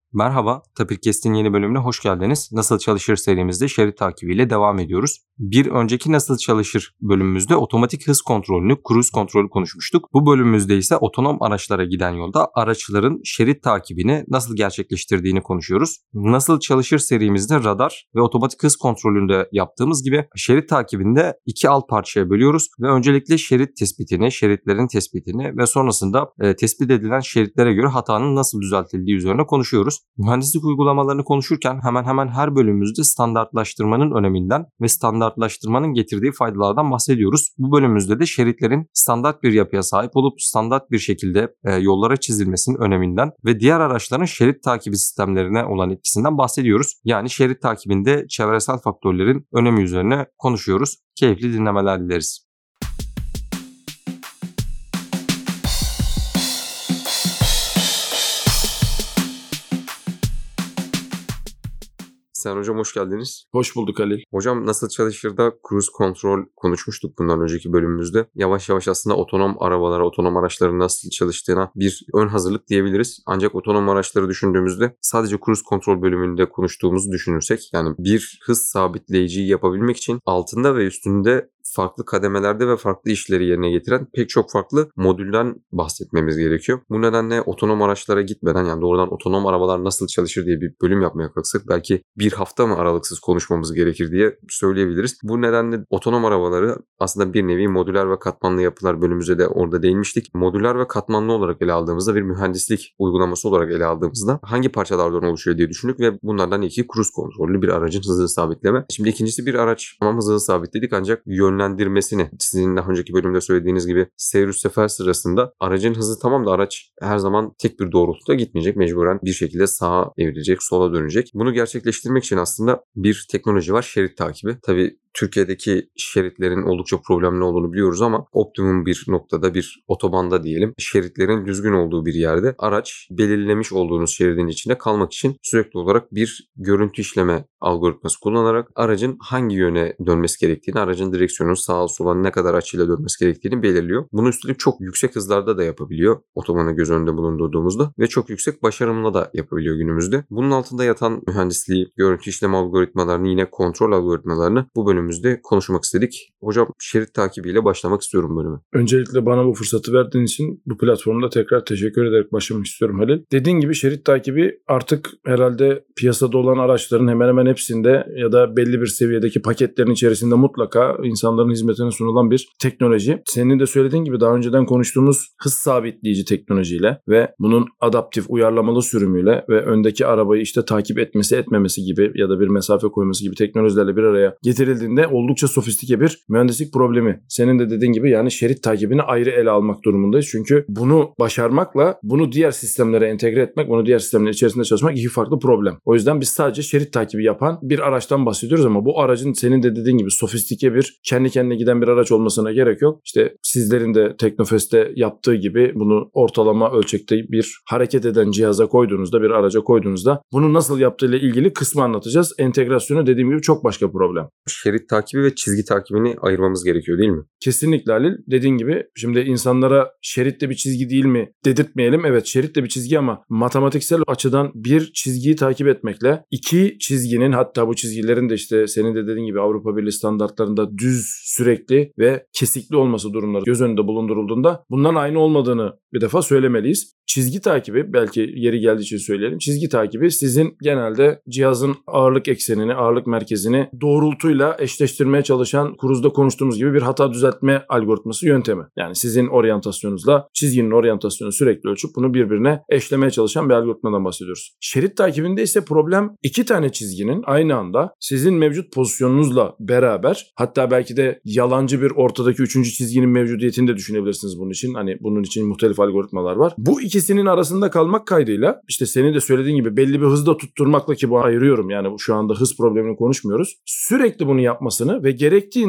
Merhaba, Tapirkest'in yeni bölümüne hoş geldiniz. Nasıl Çalışır serimizde şerit takibiyle devam ediyoruz. Bir önceki Nasıl Çalışır bölümümüzde otomatik hız kontrolünü, cruise kontrolü konuşmuştuk. Bu bölümümüzde ise otonom araçlara giden yolda araçların şerit takibini nasıl gerçekleştirdiğini konuşuyoruz. Nasıl Çalışır serimizde radar ve otomatik hız kontrolünde yaptığımız gibi şerit takibinde iki alt parçaya bölüyoruz ve öncelikle şerit tespitini, şeritlerin tespitini ve sonrasında tespit edilen şeritlere göre hatanın nasıl düzeltildiği üzerine konuşuyoruz. Mühendislik uygulamalarını konuşurken hemen hemen her bölümümüzde standartlaştırmanın öneminden ve standartlaştırmanın getirdiği faydalardan bahsediyoruz. Bu bölümümüzde de şeritlerin standart bir yapıya sahip olup standart bir şekilde yollara çizilmesinin öneminden ve diğer araçların şerit takibi sistemlerine olan etkisinden bahsediyoruz. Yani şerit takibinde çevresel faktörlerin önemi üzerine konuşuyoruz. Keyifli dinlemeler dileriz. Sen hocam hoş geldiniz. Hoş bulduk Halil. Hocam Nasıl Çalışır'da cruise kontrol konuşmuştuk bundan önceki bölümümüzde. Yavaş yavaş aslında otonom arabalara, otonom araçların nasıl çalıştığına bir ön hazırlık diyebiliriz. Ancak otonom araçları düşündüğümüzde sadece cruise kontrol bölümünde konuştuğumuzu düşünürsek, yani bir hız sabitleyiciyi yapabilmek için altında ve üstünde farklı kademelerde ve farklı işleri yerine getiren pek çok farklı modülden bahsetmemiz gerekiyor. Bu nedenle otonom araçlara gitmeden, yani doğrudan otonom arabalar nasıl çalışır diye bir bölüm yapmaya kalksak belki bir hafta mı aralıksız konuşmamız gerekir diye söyleyebiliriz. Bu nedenle otonom arabaları aslında bir nevi modüler ve katmanlı yapılar bölümümüzde de orada değinmiştik. Modüler ve katmanlı olarak ele aldığımızda, bir mühendislik uygulaması olarak ele aldığımızda hangi parçalardan oluşuyor diye düşündük ve bunlardan ilki cruise kontrollü bir aracın hızını sabitleme. Şimdi ikincisi bir araç tamam hızını sabitledik ancak yönlendirmesini, sizin daha önceki bölümde söylediğiniz gibi seyir sefer sırasında aracın hızı tamam da araç her zaman tek bir doğrultuda gitmeyecek. Mecburen bir şekilde sağa evrilecek, sola dönecek. Bunu gerçekleştirmek için aslında bir teknoloji var, şerit takibi. Tabii Türkiye'deki şeritlerin oldukça problemli olduğunu biliyoruz ama optimum bir noktada, bir otobanda diyelim, şeritlerin düzgün olduğu bir yerde araç belirlemiş olduğunuz şeridin içinde kalmak için sürekli olarak bir görüntü işleme algoritması kullanarak aracın hangi yöne dönmesi gerektiğini, aracın direksiyonun sağa sola ne kadar açıyla dönmesi gerektiğini belirliyor. Bunu üstelik çok yüksek hızlarda da yapabiliyor otobanı göz önünde bulundurduğumuzda ve çok yüksek başarımla da yapabiliyor günümüzde. Bunun altında yatan mühendisliği, görüntü işleme algoritmalarını, yine kontrol algoritmalarını bu bölümümüzde konuşmak istedik. Hocam şerit takibiyle başlamak istiyorum bölüme. Öncelikle bana bu fırsatı verdiğin için bu platformda tekrar teşekkür ederek başlamak istiyorum Halil. Dediğin gibi şerit takibi artık herhalde piyasada olan araçların hemen hemen hepsinde ya da belli bir seviyedeki paketlerin içerisinde mutlaka insanların hizmetine sunulan bir teknoloji. Senin de söylediğin gibi daha önceden konuştuğumuz hız sabitleyici teknolojiyle ve bunun adaptif uyarlamalı sürümüyle ve öndeki arabayı işte takip etmesi etmemesi gibi ya da bir mesafe koyması gibi teknolojilerle bir araya getirildiğinde oldukça sofistike bir mühendislik problemi. Senin de dediğin gibi yani şerit takibini ayrı ele almak durumundayız. Çünkü bunu başarmakla bunu diğer sistemlere entegre etmek, bunu diğer sistemlerin içerisinde çalışmak iki farklı problem. O yüzden biz sadece şerit takibi yapan bir araçtan bahsediyoruz ama bu aracın senin de dediğin gibi sofistike bir kendi kendine giden bir araç olmasına gerek yok. İşte sizlerin de Teknofest'te yaptığı gibi bunu ortalama ölçekte bir hareket eden cihaza koyduğunuzda, bir araca koyduğunuzda bunu nasıl yaptığıyla ilgili kısmı anlatacağız. Entegrasyonu dediğim gibi çok başka problem. Şerit takibi ve çizgi takibini ayırmamız gerekiyor değil mi? Kesinlikle Halil. Dediğin gibi şimdi insanlara şerit de bir çizgi değil mi dedirtmeyelim. Evet, şerit de bir çizgi ama matematiksel açıdan bir çizgiyi takip etmekle iki çizginin, hatta bu çizgilerin de işte senin de dediğin gibi Avrupa Birliği standartlarında düz, sürekli ve kesikli olması durumları göz önünde bulundurulduğunda bunların aynı olmadığını bir defa söylemeliyiz. Çizgi takibi, belki yeri geldiği için söyleyelim. Çizgi takibi sizin genelde cihazın ağırlık eksenini, ağırlık merkezini doğrultuyla eşleştirmeye çalışan, cruise'da konuştuğumuz gibi bir hata düzeltme algoritması yöntemi. Yani sizin oryantasyonunuzla çizginin oryantasyonu sürekli ölçüp bunu birbirine eşlemeye çalışan bir algoritmadan bahsediyoruz. Şerit takibinde ise problem iki tane çizginin aynı anda sizin mevcut pozisyonunuzla beraber, hatta belki de yalancı bir ortadaki üçüncü çizginin mevcudiyetini de düşünebilirsiniz bunun için. Hani bunun için muhtelif algoritmalar var. Bu ikisinin arasında kalmak kaydıyla işte senin de söylediğin gibi belli bir hızda tutturmakla, ki bu ayırıyorum yani şu anda hız problemini konuşmuyoruz. Sürekli bunu yapmasını ve gerektiğinde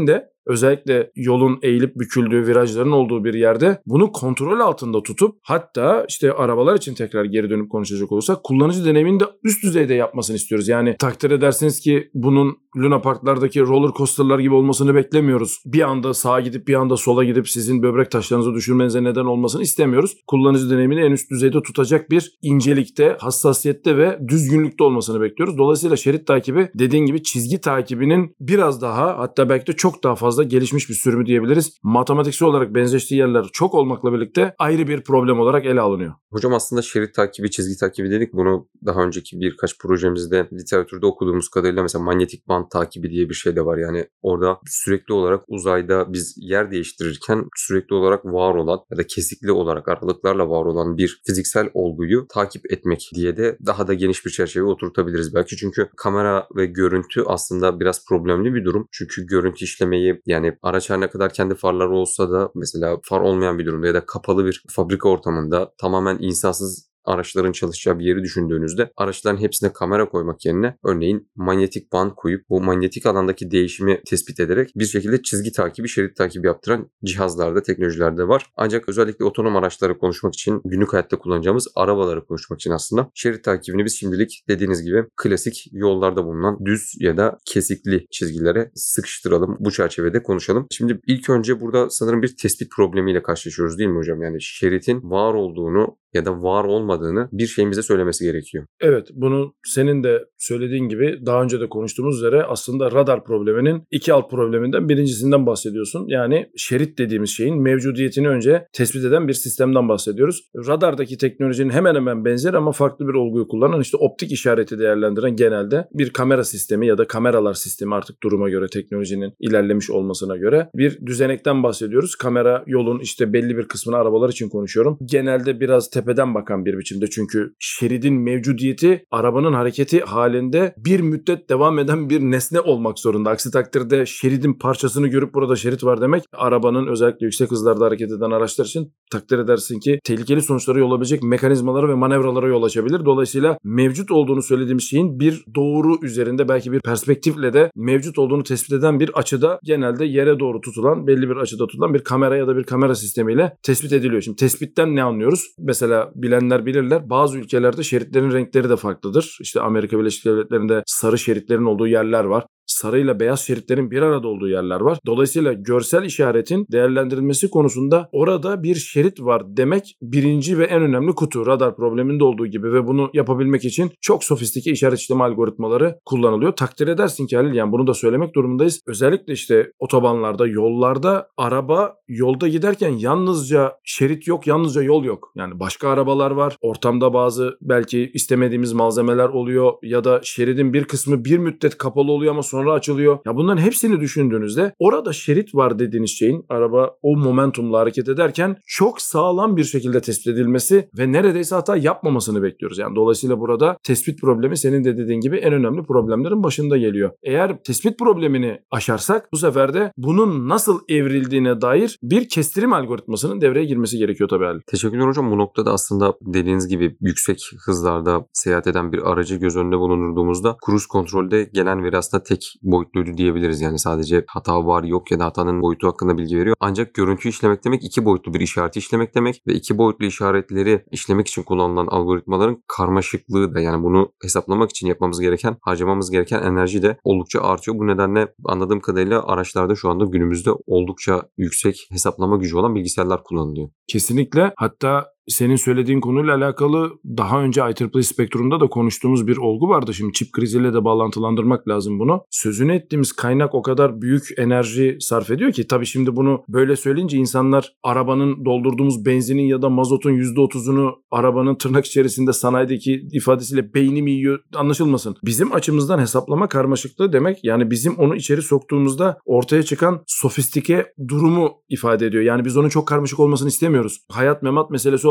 özellikle yolun eğilip büküldüğü, virajların olduğu bir yerde bunu kontrol altında tutup, hatta işte arabalar için tekrar geri dönüp konuşacak olursak, kullanıcı deneyimini de üst düzeyde yapmasını istiyoruz. Yani takdir edersiniz ki bunun Luna Park'lardaki roller coaster'lar gibi olmasını beklemiyoruz. Bir anda sağa gidip bir anda sola gidip sizin böbrek taşlarınızı düşürmenize neden olmasını istemiyoruz. Kullanıcı deneyimini en üst düzeyde tutacak bir incelikte, hassasiyette ve düzgünlükte olmasını bekliyoruz. Dolayısıyla şerit takibi, dediğin gibi çizgi takibinin biraz daha, hatta belki de çok daha fazla gelişmiş bir sürümü diyebiliriz. Matematiksel olarak benzeştiği yerler çok olmakla birlikte ayrı bir problem olarak ele alınıyor. Hocam aslında şerit takibi, çizgi takibi dedik. Bunu daha önceki birkaç projemizde literatürde okuduğumuz kadarıyla mesela manyetik band takibi diye bir şey de var. Yani orada sürekli olarak uzayda biz yer değiştirirken sürekli olarak var olan ya da kesikli olarak aralıklarla var olan bir fiziksel olguyu takip etmek diye de daha da geniş bir çerçeve oturtabiliriz belki. Çünkü kamera ve görüntü aslında biraz problemli bir durum. Çünkü görüntü işlemeyi, yani araç her ne kadar kendi farları olsa da mesela far olmayan bir durumda ya da kapalı bir fabrika ortamında tamamen insansız araçların çalışacağı bir yeri düşündüğünüzde araçların hepsine kamera koymak yerine örneğin manyetik band koyup bu manyetik alandaki değişimi tespit ederek bir şekilde çizgi takibi, şerit takibi yaptıran cihazlarda, teknolojilerde var. Ancak özellikle otonom araçları konuşmak için, günlük hayatta kullanacağımız arabaları konuşmak için aslında şerit takibini biz şimdilik dediğiniz gibi klasik yollarda bulunan düz ya da kesikli çizgilere sıkıştıralım. Bu çerçevede konuşalım. Şimdi ilk önce burada sanırım bir tespit problemiyle karşılaşıyoruz değil mi hocam? Yani şeritin var olduğunu ya da var olmadığını bir şeyin bize söylemesi gerekiyor. Evet, bunu senin de söylediğin gibi daha önce de konuştuğumuz üzere aslında radar probleminin iki alt probleminden birincisinden bahsediyorsun. Yani şerit dediğimiz şeyin mevcudiyetini önce tespit eden bir sistemden bahsediyoruz. Radardaki teknolojinin hemen hemen benzer ama farklı bir olguyu kullanan, işte optik işareti değerlendiren genelde bir kamera sistemi ya da kameralar sistemi, artık duruma göre, teknolojinin ilerlemiş olmasına göre bir düzenekten bahsediyoruz. Kamera yolun işte belli bir kısmını, arabalar için konuşuyorum, genelde biraz tepeden bakan bir biçimde. Çünkü şeridin mevcudiyeti arabanın hareketi halinde bir müddet devam eden bir nesne olmak zorunda. Aksi takdirde şeridin parçasını görüp burada şerit var demek, arabanın özellikle yüksek hızlarda hareket eden araçlar için takdir edersin ki tehlikeli sonuçlara yol olabilecek mekanizmalara ve manevralara yol açabilir. Dolayısıyla mevcut olduğunu söylediğimiz şeyin bir doğru üzerinde, belki bir perspektifle de mevcut olduğunu tespit eden bir açıda, genelde yere doğru tutulan, belli bir açıda tutulan bir kamera ya da bir kamera sistemiyle tespit ediliyor. Şimdi tespitten ne anlıyoruz? Mesela bilenler bilirler, bazı ülkelerde şeritlerin renkleri de farklıdır. İşte Amerika Birleşik Devletleri'nde sarı şeritlerin olduğu yerler var. Sarıyla beyaz şeritlerin bir arada olduğu yerler var. Dolayısıyla görsel işaretin değerlendirilmesi konusunda orada bir şerit var demek birinci ve en önemli kutu. Radar probleminde olduğu gibi ve bunu yapabilmek için çok sofistike işaret işleme algoritmaları kullanılıyor. Takdir edersin ki Halil, yani bunu da söylemek durumundayız. Özellikle işte otobanlarda, yollarda araba yolda giderken yalnızca şerit yok, yalnızca yol yok. Yani başka arabalar var. Ortamda bazı belki istemediğimiz malzemeler oluyor ya da şeridin bir kısmı bir müddet kapalı oluyor ama sonra açılıyor. Ya bunların hepsini düşündüğünüzde orada şerit var dediğiniz şeyin, araba o momentumla hareket ederken çok sağlam bir şekilde tespit edilmesi ve neredeyse hata yapmamasını bekliyoruz. Yani dolayısıyla burada tespit problemi senin de dediğin gibi en önemli problemlerin başında geliyor. Eğer tespit problemini aşarsak bu sefer de bunun nasıl evrildiğine dair bir kestirim algoritmasının devreye girmesi gerekiyor tabii Ali. Teşekkürler hocam. Bu noktada aslında dediğiniz gibi yüksek hızlarda seyahat eden bir aracı göz önünde bulundurduğumuzda cruise kontrolde gelen veri aslında tek boyutluydu diyebiliriz. Yani sadece hata var yok ya da hatanın boyutu hakkında bilgi veriyor. Ancak görüntü işlemek demek iki boyutlu bir işareti işlemek demek ve iki boyutlu işaretleri işlemek için kullanılan algoritmaların karmaşıklığı da, yani bunu hesaplamak için yapmamız gereken, harcamamız gereken enerji de oldukça artıyor. Bu nedenle anladığım kadarıyla araçlarda şu anda günümüzde oldukça yüksek hesaplama gücü olan bilgisayarlar kullanılıyor. Kesinlikle. Hatta senin söylediğin konuyla alakalı daha önce IEEE Spektrum'da da konuştuğumuz bir olgu vardı. Şimdi çip kriziyle de bağlantılandırmak lazım bunu. Sözünü ettiğimiz kaynak o kadar büyük enerji sarf ediyor ki, tabii şimdi bunu böyle söyleyince insanlar arabanın doldurduğumuz benzinin ya da mazotun %30'unu arabanın tırnak içerisinde sanayideki ifadesiyle beyni mi yiyor anlaşılmasın. Bizim açımızdan hesaplama karmaşıklığı demek, yani bizim onu içeri soktuğumuzda ortaya çıkan sofistike durumu ifade ediyor. Yani biz onun çok karmaşık olmasını istemiyoruz. Hayat memat meselesi olan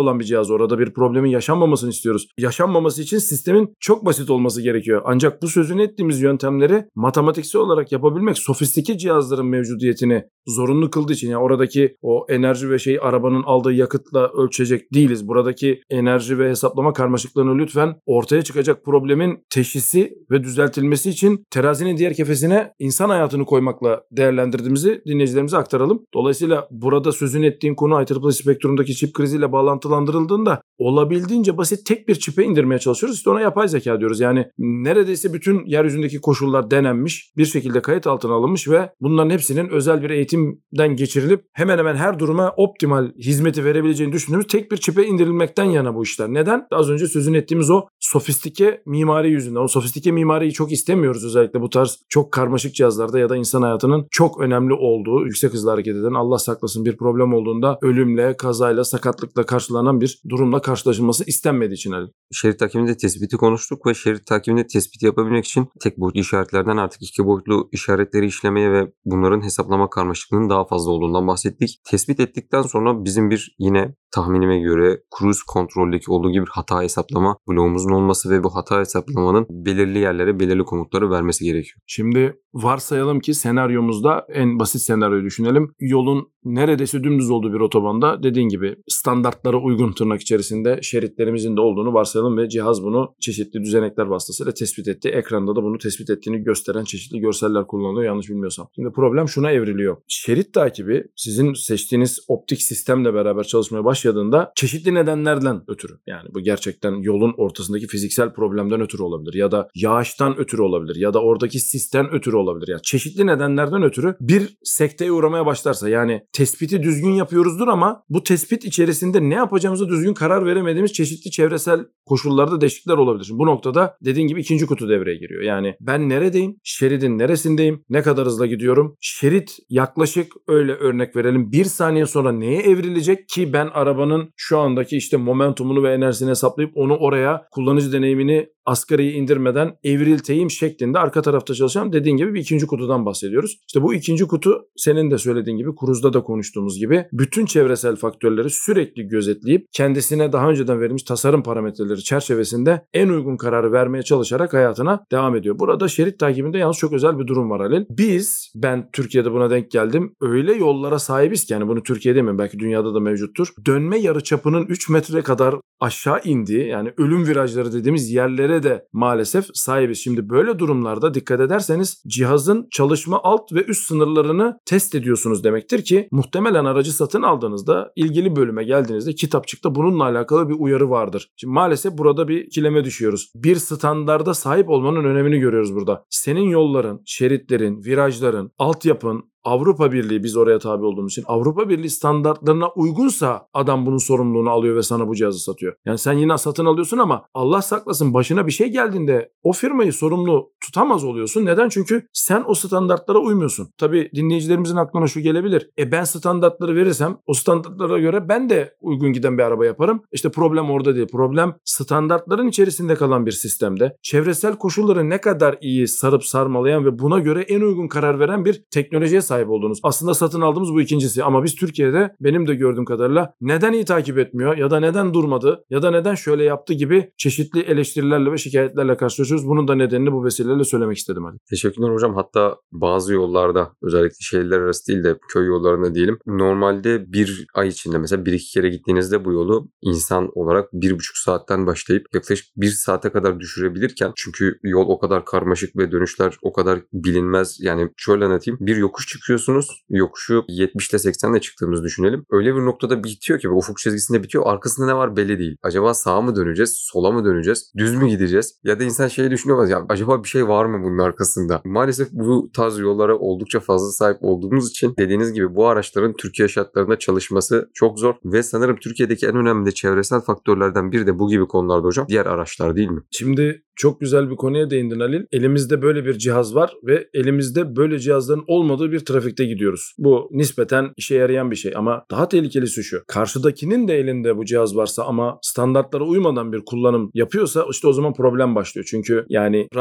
olan bir cihaz. Orada bir problemin yaşanmamasını istiyoruz. Yaşanmaması için sistemin çok basit olması gerekiyor. Ancak bu sözünü ettiğimiz yöntemleri matematiksel olarak yapabilmek sofistike cihazların mevcudiyetini zorunlu kıldığı için, yani oradaki o enerji ve arabanın aldığı yakıtla ölçecek değiliz. Buradaki enerji ve hesaplama karmaşıklığını lütfen ortaya çıkacak problemin teşhisi ve düzeltilmesi için terazinin diğer kefesine insan hayatını koymakla değerlendirdiğimizi dinleyicilerimize aktaralım. Dolayısıyla burada sözünü ettiğin konu IEEE spektrumdaki çip kriziyle bağlantılandırıldığında olabildiğince basit tek bir çipe indirmeye çalışıyoruz. İşte ona yapay zeka diyoruz. Yani neredeyse bütün yeryüzündeki koşullar denenmiş, bir şekilde kayıt altına alınmış ve bunların hepsinin özel bir eğitimden geçirilip hemen hemen her duruma optimal hizmeti verebileceğini düşündüğümüz tek bir çipe indirilmekten yana bu işler. Neden? Az önce sözünü ettiğimiz o sofistike mimari yüzünden. O sofistike mimariyi çok istemiyoruz, özellikle bu tarz çok karmaşık cihazlarda ya da insan hayatının çok önemli olduğu, yüksek hızla hareket eden, Allah saklasın bir problem olduğunda ölümle, kazayla, sakatlıkla karşılanan bir durumla karşılaşılması istenmediği için. Şerit takibinde tespiti konuştuk ve şerit takibinde tespiti yapabilmek için tek boyutlu işaretlerden artık iki boyutlu işaretleri işlemeye ve bunların hesaplama karmaşıklığının daha fazla olduğundan bahsettik. Tespit ettikten sonra bizim bir yine tahminime göre cruise kontroldeki olduğu gibi bir hata hesaplama bloğumuzun olması ve bu hata hesaplamanın belirli yerlere belirli komutları vermesi gerekiyor. Şimdi varsayalım ki senaryomuzda en basit senaryoyu düşünelim. Yolun neredeyse dümdüz olduğu bir otobanda dediğin gibi standartlara uygun tırnak içerisinde şeritlerimizin de olduğunu varsayalım ve cihaz bunu çeşitli düzenekler vasıtasıyla tespit etti. Ekranda da bunu tespit ettiğini gösteren çeşitli görseller kullanılıyor yanlış bilmiyorsam. Şimdi problem şuna evriliyor. Şerit takibi sizin seçtiğiniz optik sistemle beraber çalışmaya başladığında çeşitli nedenlerden ötürü, yani bu gerçekten yolun ortasındaki fiziksel problemden ötürü olabilir ya da yağıştan ötürü olabilir ya da oradaki sisten ötürü olabilir. Yani çeşitli nedenlerden ötürü bir sekteye uğramaya başlarsa, yani tespiti düzgün yapıyoruzdur ama bu tespit içerisinde ne yapacağımızı düzgün karar veremediğimiz çeşitli çevresel koşullarda değişiklikler olabilir. Şimdi bu noktada dediğin gibi ikinci kutu devreye giriyor. Yani ben neredeyim? Şeridin neresindeyim? Ne kadar hızla gidiyorum? Şerit yaklaşık, öyle örnek verelim, 1 saniye sonra neye evrilecek ki ben arabanın şu andaki işte momentumunu ve enerjisini hesaplayıp onu oraya, kullanıcı deneyimini asgariye indirmeden evrilteyim şeklinde arka tarafta çalışan dediğin gibi bir ikinci kutudan bahsediyoruz. İşte bu ikinci kutu senin de söylediğin gibi, Cruise'da da konuştuğumuz gibi bütün çevresel faktörleri sürekli gözetleyip kendisine daha önceden verilmiş tasarım parametreleri çerçevesinde en uygun kararı vermeye çalışarak hayatına devam ediyor. Burada şerit takibinde yalnız çok özel bir durum var Halil. Ben Türkiye'de buna denk geldim. Öyle yollara sahibiz ki, yani bunu Türkiye'de mi, belki dünyada da mevcuttur. Dönme yarıçapının 3 metre kadar aşağı indiği, yani ölüm virajları dediğimiz yerlere de maalesef sahibiz. Şimdi böyle durumlarda dikkat ederseniz cihazın çalışma alt ve üst sınırlarını test ediyorsunuz demektir ki muhtemelen aracı satın aldığınızda, ilgili bölüme geldiğinizde kitapçıkta bununla alakalı bir uyarı vardır. Şimdi maalesef burada bir ikileme düşüyoruz. Bir standarda sahip olmanın önemini görüyoruz burada. Senin yolların, şeritlerin, virajların, altyapın, Avrupa Birliği, biz oraya tabi olduğumuz için Avrupa Birliği standartlarına uygunsa adam bunun sorumluluğunu alıyor ve sana bu cihazı satıyor. Yani sen yine satın alıyorsun ama Allah saklasın başına bir şey geldiğinde o firmayı sorumlu tutamaz oluyorsun. Neden? Çünkü sen o standartlara uymuyorsun. Tabii dinleyicilerimizin aklına şu gelebilir. Ben standartları verirsem o standartlara göre ben de uygun giden bir araba yaparım. İşte problem orada değil. Problem standartların içerisinde kalan bir sistemde çevresel koşulları ne kadar iyi sarıp sarmalayan ve buna göre en uygun karar veren bir teknolojiye sahip olduğunuz. Aslında satın aldığımız bu ikincisi ama biz Türkiye'de benim de gördüğüm kadarıyla neden iyi takip etmiyor ya da neden durmadı ya da neden şöyle yaptı gibi çeşitli eleştirilerle ve şikayetlerle karşılaşıyoruz. Bunun da nedenini bu vesileyle söylemek istedim Ali. Teşekkürler hocam. Hatta bazı yollarda, özellikle şehirler arası değil de köy yollarında diyelim, normalde bir ay içinde mesela 1-2 kere gittiğinizde bu yolu insan olarak 1,5 saatten başlayıp yaklaşık 1 saate kadar düşürebilirken, çünkü yol o kadar karmaşık ve dönüşler o kadar bilinmez. Yani şöyle anlatayım. Bir yokuş çıkıyorsunuz. Yokuşu 70 ile 80 ile çıktığımızı düşünelim. Öyle bir noktada bitiyor ki, ufuk çizgisinde bitiyor. Arkasında ne var belli değil. Acaba sağa mı döneceğiz? Sola mı döneceğiz? Düz mü gideceğiz? Ya da insan şeyi düşünüyor. Ya acaba bir şey var mı bunun arkasında? Maalesef bu tarz yollara oldukça fazla sahip olduğumuz için dediğiniz gibi bu araçların Türkiye şartlarında çalışması çok zor ve sanırım Türkiye'deki en önemli çevresel faktörlerden biri de bu gibi konularda hocam. Diğer araçlar değil mi? Şimdi çok güzel bir konuya değindin Halil. Elimizde böyle bir cihaz var ve elimizde böyle cihazların olmadığı bir trafikte gidiyoruz. Bu nispeten işe yarayan bir şey ama daha tehlikelisi şu. Karşıdakinin de elinde bu cihaz varsa ama standartlara uymadan bir kullanım yapıyorsa işte o zaman problem başlıyor. Çünkü yani radar problemi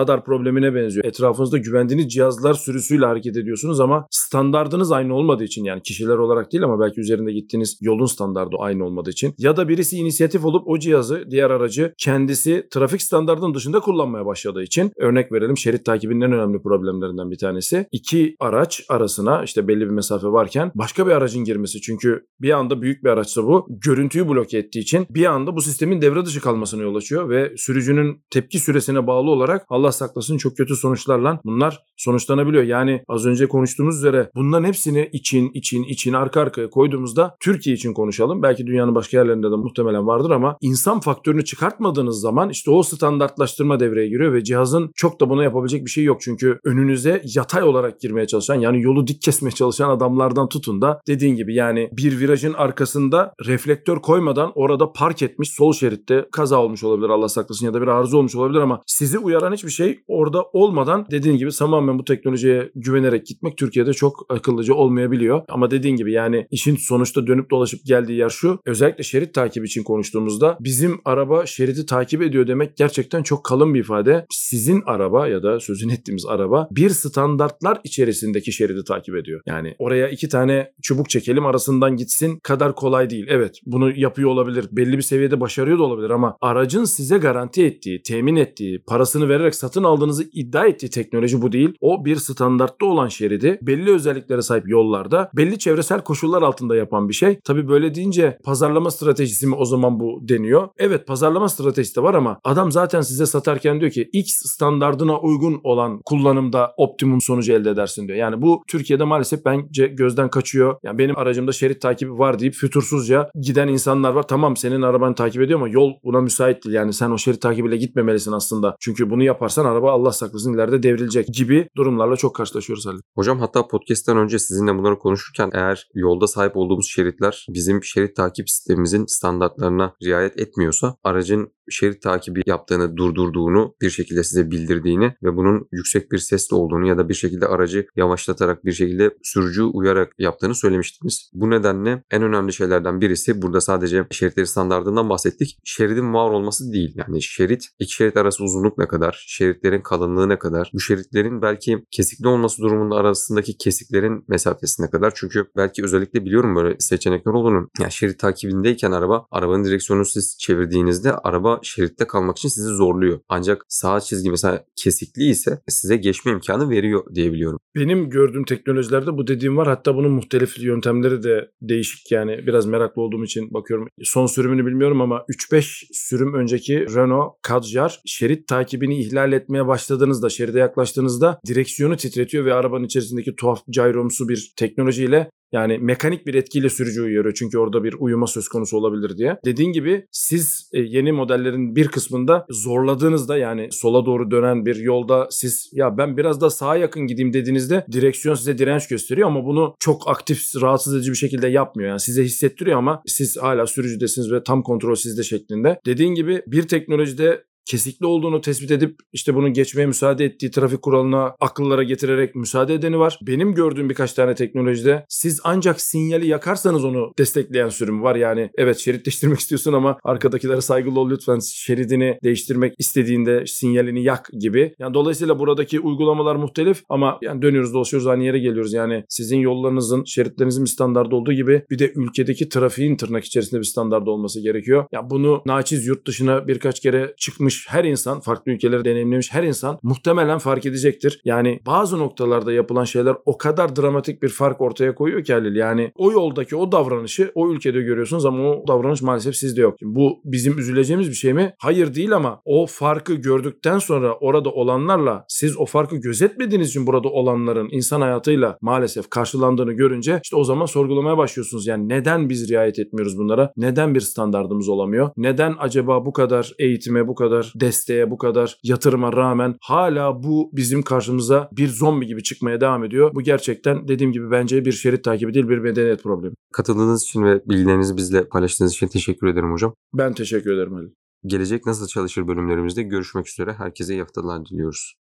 problemine benziyor. Etrafınızda güvendiğiniz cihazlar sürüsüyle hareket ediyorsunuz ama standardınız aynı olmadığı için, yani kişiler olarak değil ama belki üzerinde gittiğiniz yolun standardı aynı olmadığı için, ya da birisi inisiyatif olup o cihazı, diğer aracı kendisi trafik standardının dışında kullanmaya başladığı için, örnek verelim, şerit takibinin en önemli problemlerinden bir tanesi iki araç arasına işte belli bir mesafe varken başka bir aracın girmesi. Çünkü bir anda büyük bir araçsa bu görüntüyü bloke ettiği için bir anda bu sistemin devre dışı kalmasına yol açıyor ve sürücünün tepki süresine bağlı olarak Allah saklasın çok kötü sonuçlarla bunlar sonuçlanabiliyor. Yani az önce konuştuğumuz üzere bunların hepsini için arka arkaya koyduğumuzda, Türkiye için konuşalım. Belki dünyanın başka yerlerinde de muhtemelen vardır ama insan faktörünü çıkartmadığınız zaman işte o standartlaştırma devreye giriyor ve cihazın çok da buna yapabilecek bir şey yok. Çünkü önünüze yatay olarak girmeye çalışan, yani yolu dik kesmeye çalışan adamlardan tutun da dediğin gibi yani bir virajın arkasında reflektör koymadan orada park etmiş sol şeritte kaza olmuş olabilir Allah saklasın, ya da bir arıza olmuş olabilir ama sizi uyaran hiçbir şey orada olmadan dediğin gibi tamamen bu teknolojiye güvenerek gitmek Türkiye'de çok akıllıca olmayabiliyor. Ama dediğin gibi yani işin sonuçta dönüp dolaşıp geldiği yer şu: özellikle şerit takibi için konuştuğumuzda bizim araba şeridi takip ediyor demek gerçekten çok kalın bir ifade. Sizin araba ya da sözünü ettiğimiz araba bir standartlar içerisindeki şeridi takip ediyor. Yani oraya iki tane çubuk çekelim arasından gitsin kadar kolay değil. Evet, bunu yapıyor olabilir. Belli bir seviyede başarıyor da olabilir ama aracın size garanti ettiği, temin ettiği, parasını vererek satın aldığınızı iddia ettiği teknoloji bu değil. O bir standartta olan şeridi belli özelliklere sahip yollarda belli çevresel koşullar altında yapan bir şey. Tabii böyle deyince pazarlama stratejisi mi o zaman bu deniyor? Evet, pazarlama stratejisi de var ama adam zaten size satarken diyor ki X standardına uygun olan kullanımda optimum sonucu elde edersin diyor. Yani bu Türkiye'de maalesef bence gözden kaçıyor. Yani benim aracımda şerit takibi var deyip fütursuzca giden insanlar var. Tamam, senin arabanı takip ediyor ama yol buna müsait değil. Yani sen o şerit takibiyle gitmemelisin aslında. Çünkü bunu yaparsan araba Allah saklasın ileride devrilecek gibi durumlarla çok karşılaşıyoruz Halil. Hocam hatta podcast'ten önce sizinle bunları konuşurken eğer yolda sahip olduğumuz şeritler bizim şerit takip sistemimizin standartlarına riayet etmiyorsa aracın şerit takibi yaptığını, durdurduğunu bir şekilde size bildirdiğini ve bunun yüksek bir sesle olduğunu ya da bir şekilde aracı yavaşlatarak bir şekilde sürücüyü uyarak yaptığını söylemiştiniz. Bu nedenle en önemli şeylerden birisi, burada sadece şeritleri standardından bahsettik. Şeridin var olması değil. Yani iki şerit arası uzunluk ne kadar, şeritlerin kalınlığı ne kadar, bu şeritlerin belki kesikli olması durumunda arasındaki kesiklerin mesafesi ne kadar. Çünkü belki özellikle biliyorum böyle seçenekler olduğunu. Yani şerit takibindeyken arabanın direksiyonunu siz çevirdiğinizde araba şeritte kalmak için sizi zorluyor. Ancak sağ çizgi mesela kesikli ise size geçme imkanı veriyor diyebiliyorum. Benim gördüğüm teknolojilerde bu dediğim var. Hatta bunun muhtelif yöntemleri de değişik, yani biraz meraklı olduğum için bakıyorum. Son sürümünü bilmiyorum ama 3-5 sürüm önceki Renault Kadjar şerit takibini ihlal etmeye başladığınızda, şeride yaklaştığınızda direksiyonu titretiyor ve arabanın içerisindeki tuhaf gyromsu bir teknolojiyle, yani mekanik bir etkiyle sürücü uyarıyor. Çünkü orada bir uyuma söz konusu olabilir diye. Dediğin gibi siz yeni modellerin bir kısmında zorladığınızda, yani sola doğru dönen bir yolda siz ya ben biraz da sağa yakın gideyim dediğinizde direksiyon size direnç gösteriyor ama bunu çok aktif, rahatsız edici bir şekilde yapmıyor. Yani size hissettiriyor ama siz hala sürücüdesiniz ve tam kontrol sizde şeklinde. Dediğin gibi bir teknolojide kesikli olduğunu tespit edip işte bunu geçmeye müsaade ettiği trafik kuralına akıllara getirerek müsaade edeni var. Benim gördüğüm birkaç tane teknolojide siz ancak sinyali yakarsanız onu destekleyen sürüm var. Yani evet, şerit değiştirmek istiyorsun ama arkadakilere saygılı ol lütfen, şeridini değiştirmek istediğinde sinyalini yak gibi. Yani dolayısıyla buradaki uygulamalar muhtelif ama yani dönüyoruz dolaşıyoruz aynı yere geliyoruz. Yani sizin yollarınızın, şeritlerinizin bir standardı olduğu gibi bir de ülkedeki trafiğin tırnak içerisinde bir standardı olması gerekiyor. Yani bunu naçiz yurt dışına birkaç kere çıkmış her insan, farklı ülkeleri deneyimlemiş her insan muhtemelen fark edecektir. Yani bazı noktalarda yapılan şeyler o kadar dramatik bir fark ortaya koyuyor ki Halil. Yani o yoldaki o davranışı o ülkede görüyorsunuz ama o davranış maalesef sizde yok. Şimdi bu bizim üzüleceğimiz bir şey mi? Hayır değil ama o farkı gördükten sonra orada olanlarla siz o farkı gözetmediğiniz için burada olanların insan hayatıyla maalesef karşılandığını görünce işte o zaman sorgulamaya başlıyorsunuz. Yani neden biz riayet etmiyoruz bunlara? Neden bir standardımız olamıyor? Neden acaba bu kadar eğitime, bu kadar desteğe, bu kadar yatırıma rağmen hala bu bizim karşımıza bir zombi gibi çıkmaya devam ediyor? Bu gerçekten dediğim gibi bence bir şerit takibi değil, bir medeniyet problemi. Katıldığınız için ve bilgilerinizi bizle paylaştığınız için teşekkür ederim hocam. Ben teşekkür ederim Halil. Gelecek Nasıl Çalışır bölümlerimizde görüşmek üzere. Herkese iyi haftalar diliyoruz.